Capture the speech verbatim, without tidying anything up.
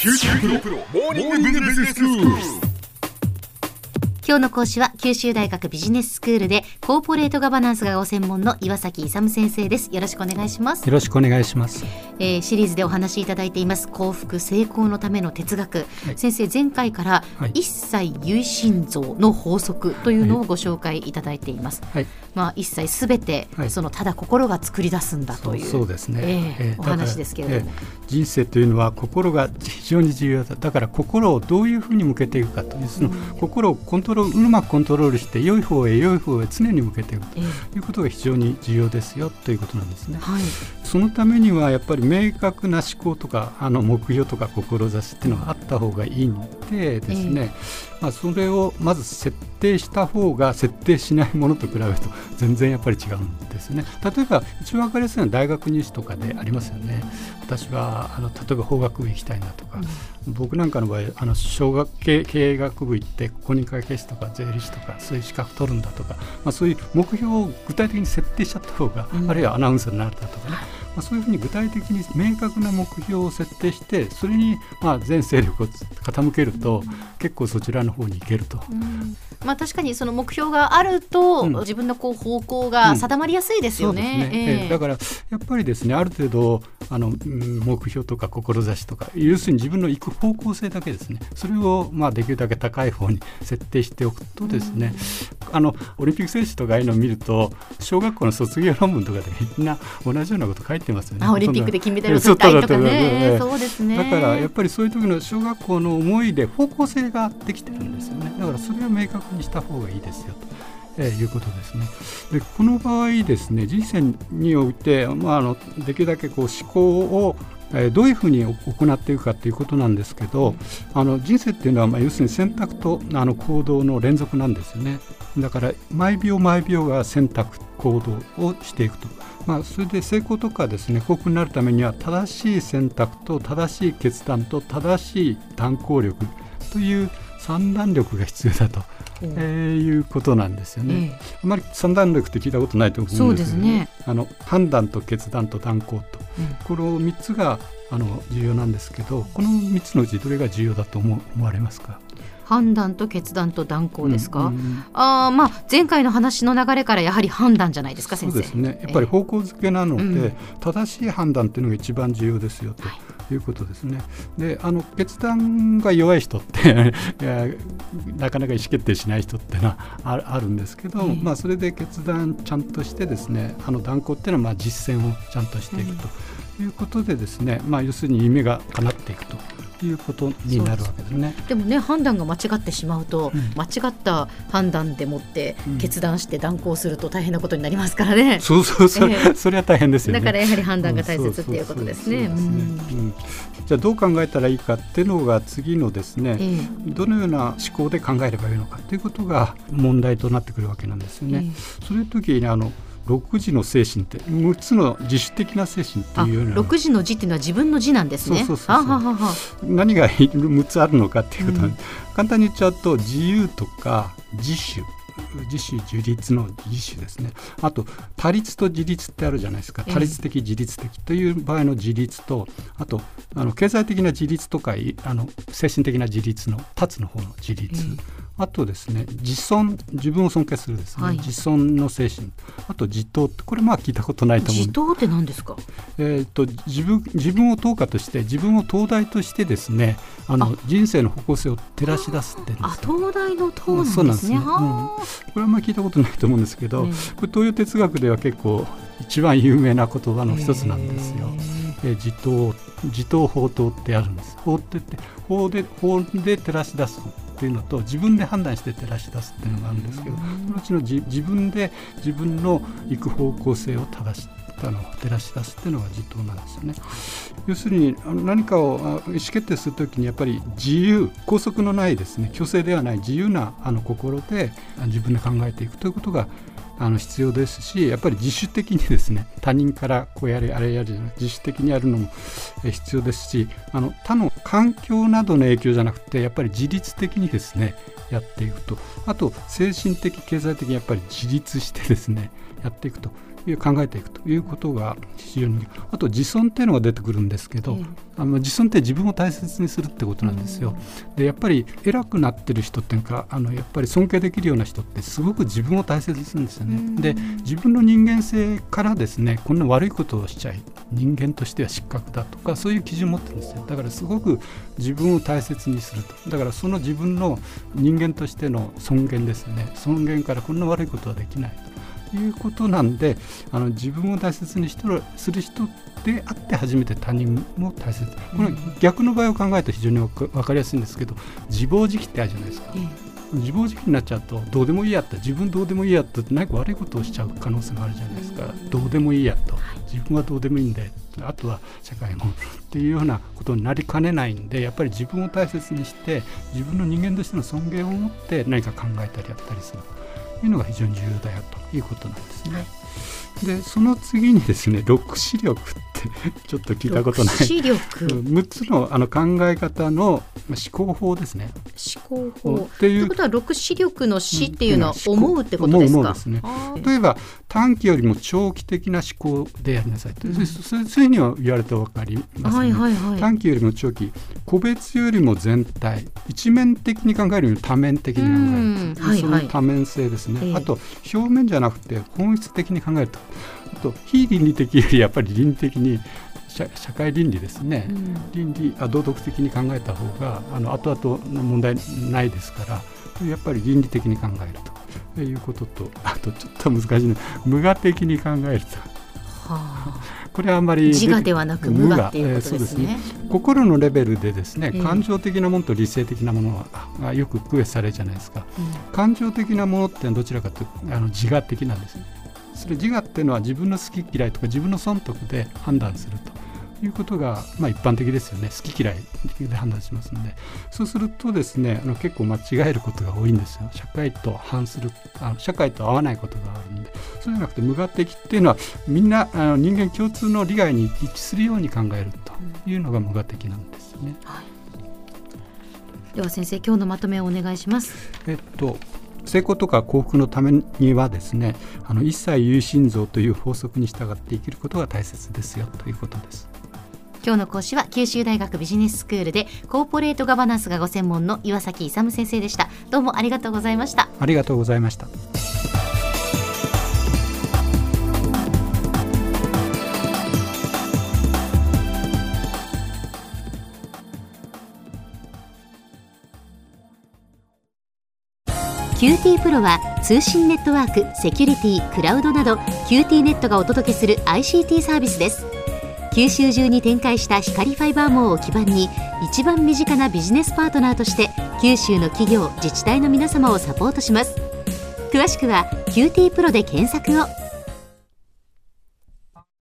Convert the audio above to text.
九州大学モーニングビジネススクール。 今日の講師は九州大学ビジネススクールでコーポレートガバナンスがご専門の岩崎勇先生です。よろしくお願いします。 よろしくお願いします。 えー、シリーズでお話しいただいています幸福成功のための哲学、はい、先生前回から一切唯心造の法則というのをご紹介いただいています、はい、まあ、一切すべてそのただ心が作り出すんだという、 そう、そうですね、 えーえー、お話ですけれども、 えー、人生というのは心が非常に重要だ。だから心をどういうふうに向けていくかという、その心をコントロールうまくコントロールして良い方へ良い方へ常に向けていくということが非常に重要ですよということなんですね、はい、そのためにはやっぱり明確な思考とかあの目標とか志っていうのがあった方がいいんでですね、えーまあ、それをまず設定した方が設定しないものと比べると全然やっぱり違うんですね。例えば一番分かりやすいのは大学入試とかでありますよね。私はあの例えば法学部行きたいなとか、うん、僕なんかの場合あの小学経営学部行って公認会計士とか税理士とかそういう資格取るんだとか、まあ、そういう目標を具体的に設定しちゃった方が、うん、あるいはアナウンサーになるだとかね、まあ、そういうふうに具体的に明確な目標を設定してそれにまあ全勢力を傾けると、うん、結構そちらの方に行けると、うん、 まあ、確かにその目標があると、うん、自分のこう方向が定まりやすいですよね、うん、そうですね、 えー、だからやっぱりですねある程度あの目標とか志とか要するに自分の行く方向性だけですね、それをまあできるだけ高い方に設定しておくとですね、うん、あのオリンピック選手とかいうのを見ると小学校の卒業論文とかでみんな同じようなこと書いてますよね。 あオリンピックで金メダルを取りたいとかね、そうですね。 だからやっぱりそういう時の小学校の思いで方向性ができてるんですよね。だからそれを明確にした方がいいですよとえー、いうことですね。でこの場合ですね人生において、まあ、あのできるだけこう思考を、えー、どういうふうに行っていくかということなんですけど、あの人生っていうのは、まあ、要するに選択とあの行動の連続なんですよね。だから毎秒毎秒が選択行動をしていくと、まあ、それで成功とかですね幸福になるためには正しい選択と正しい決断と正しい断行力という三段力が必要だとえー、いうことなんですよね、えー、あまり三段力って聞いたことないと思うんですけど、ね、あの判断と決断と断行と、うん、このみっつがあの重要なんですけど、このみっつのうちどれが重要だと 思, 思われますか？ 判断と決断と断行ですか？うんうん、あ、まあ、前回の話の流れからやはり判断じゃないですか先生。 そうですね、やっぱり方向づけなので、えーうん、正しい判断というのが一番重要ですよと、はいいうことですね。であの決断が弱い人ってなかなか意思決定しない人ってのは あ, あるんですけど、うんまあ、それで決断ちゃんとしてですねあの断行っていうのはまあ実践をちゃんとしていくということでですね、うんまあ、要するに夢が叶っていくということになるわけですね。 でもね判断が間違ってしまうと、うん、間違った判断でもって決断して断行すると大変なことになりますからね、うん、 そうそうそう、えー、それは大変ですよね。 だからやはり判断が大切っていうことですね。 じゃあどう考えたらいいかっていうのが次のですね、えー、どのような思考で考えればいいのかということが問題となってくるわけなんですよね、えー、そういう時にあのろくじの精神ってむっつの自主的な精神っていうような、 ろくじの字っていうのは自分の字なんですね。 そうそうそうそう。ははは何がむっつあるのかっていうことは、うん、簡単に言っちゃうと自由とか自主自主自立の自主ですね。あと他立と自立ってあるじゃないですか。他立的自立的という場合の自立と、あとあの経済的な自立とかあの精神的な自立の立つの方の自立、うん、あとですね自尊、自分を尊敬するですね、はい、自尊の精神、あと自頭って、これまあ聞いたことないと思う。 自頭って何ですか？ えー、と自分自分を灯火として自分を灯台としてですねあのあ人生の方向性を照らし出すっていうんです。 あ、灯台の灯なんですね。 そうなんですね、うん、これはあんまり聞いたことないと思うんですけど、ね、これ東洋哲学では結構一番有名な言葉の一つなんですよ。えー、自灯自灯法灯ってあるんです。法ってって法で法で照らし出すっていうのと自分で判断して照らし出すっていうのがあるんですけど、そのうちの自分で自分の行く方向性を正したのを照らし出すっていうのが自灯なんですよね。要するに何かを意思決定するときにやっぱり自由、拘束のないですね、強制ではない自由なあの心で自分で考えていくということがあの必要ですし、やっぱり自主的にですね他人からこうやれあれやるじゃない、自主的にやるのも必要ですし、あの他の環境などの影響じゃなくてやっぱり自律的にですねやっていくと、あと精神的経済的にやっぱり自立してですねやっていくと考えていくということが非常に、あと自尊っていうのが出てくるんですけど、うん、あの自尊って自分を大切にするってことなんですよ。でやっぱり偉くなってる人っていうか、あのやっぱり尊敬できるような人ってすごく自分を大切にするんですよね。で自分の人間性からですね、こんな悪いことをしちゃい人間としては失格だとか、そういう基準を持ってるんですよ。だからすごく自分を大切にすると。だからその自分の人間としての尊厳ですね、尊厳からこんな悪いことはできないということなんで、あの自分を大切にする人であって初めて他人も大切。この逆の場合を考えると非常に分かりやすいんですけど、自暴自棄ってあるじゃないですか。うん、自暴自棄になっちゃうとどうでもいいやと、自分どうでもいいやと何か悪いことをしちゃう可能性もあるじゃないですか。どうでもいいやと、自分はどうでもいいんで、あとは社会もっていうようなことになりかねないんで、やっぱり自分を大切にして自分の人間としての尊厳を持って何か考えたりやったりするというのが非常に重要だよということなんですね。はい、でその次にですね、六視力ってちょっと聞いたことない六視力むっつの、あの考え方の思考法ですね。 思考法ということは、六視力の視っていうのは思うってことですか。 思うですね。例えば短期よりも長期的な思考でやりなさいと、うん、そういうふうには言われて分かりますね。はいはいはい、短期よりも長期、個別よりも全体、一面的に考えるよりも多面的に考える、うんはいはい、その多面性ですね。えー、あと表面じゃなくて本質的に考えると。あと非倫理的よりやっぱり倫理的に、社, 社会倫理ですね、うん、倫理あ道徳的に考えた方があの後々の問題ないですから、やっぱり倫理的に考えるということと、あとちょっと難しいの、無我的に考えると。はあ、これはあんまり自我ではなく無我っていうことですね。 えー、そうですね。心のレベルでですね、感情的なものと理性的なものがよく区別されるじゃないですか。うん、感情的なものってどちらかというとあの自我的なんですね。それ自我っていうのは自分の好き嫌いとか自分の損得で判断するということが、まあ、一般的ですよね。好き嫌いで判断しますので、そうするとですね、あの結構間違えることが多いんですよ。社会と反する、あの社会と合わないことがあるので、そうじゃなくて無我的っていうのはみんなあの人間共通の利害に一致するように考えるというのが無我的なんですよね。はい、 では先生、今日のまとめをお願いします。 えっと成功とか幸福のためにはですね、あの一切有心像という法則に従って生きることが大切ですよということです。 今日の講師は九州大学ビジネススクールでコーポレートガバナンスがご専門の岩崎勇先生でした。どうもありがとうございました。 ありがとうございました。 キューティー プロは通信ネットワーク、セキュリティ、クラウドなど キューティー ネットがお届けする アイシーティー サービスです。九州中に展開した光ファイバー網を基盤に、一番身近なビジネスパートナーとして九州の企業、自治体の皆様をサポートします。詳しくは キューティー プロで検索を。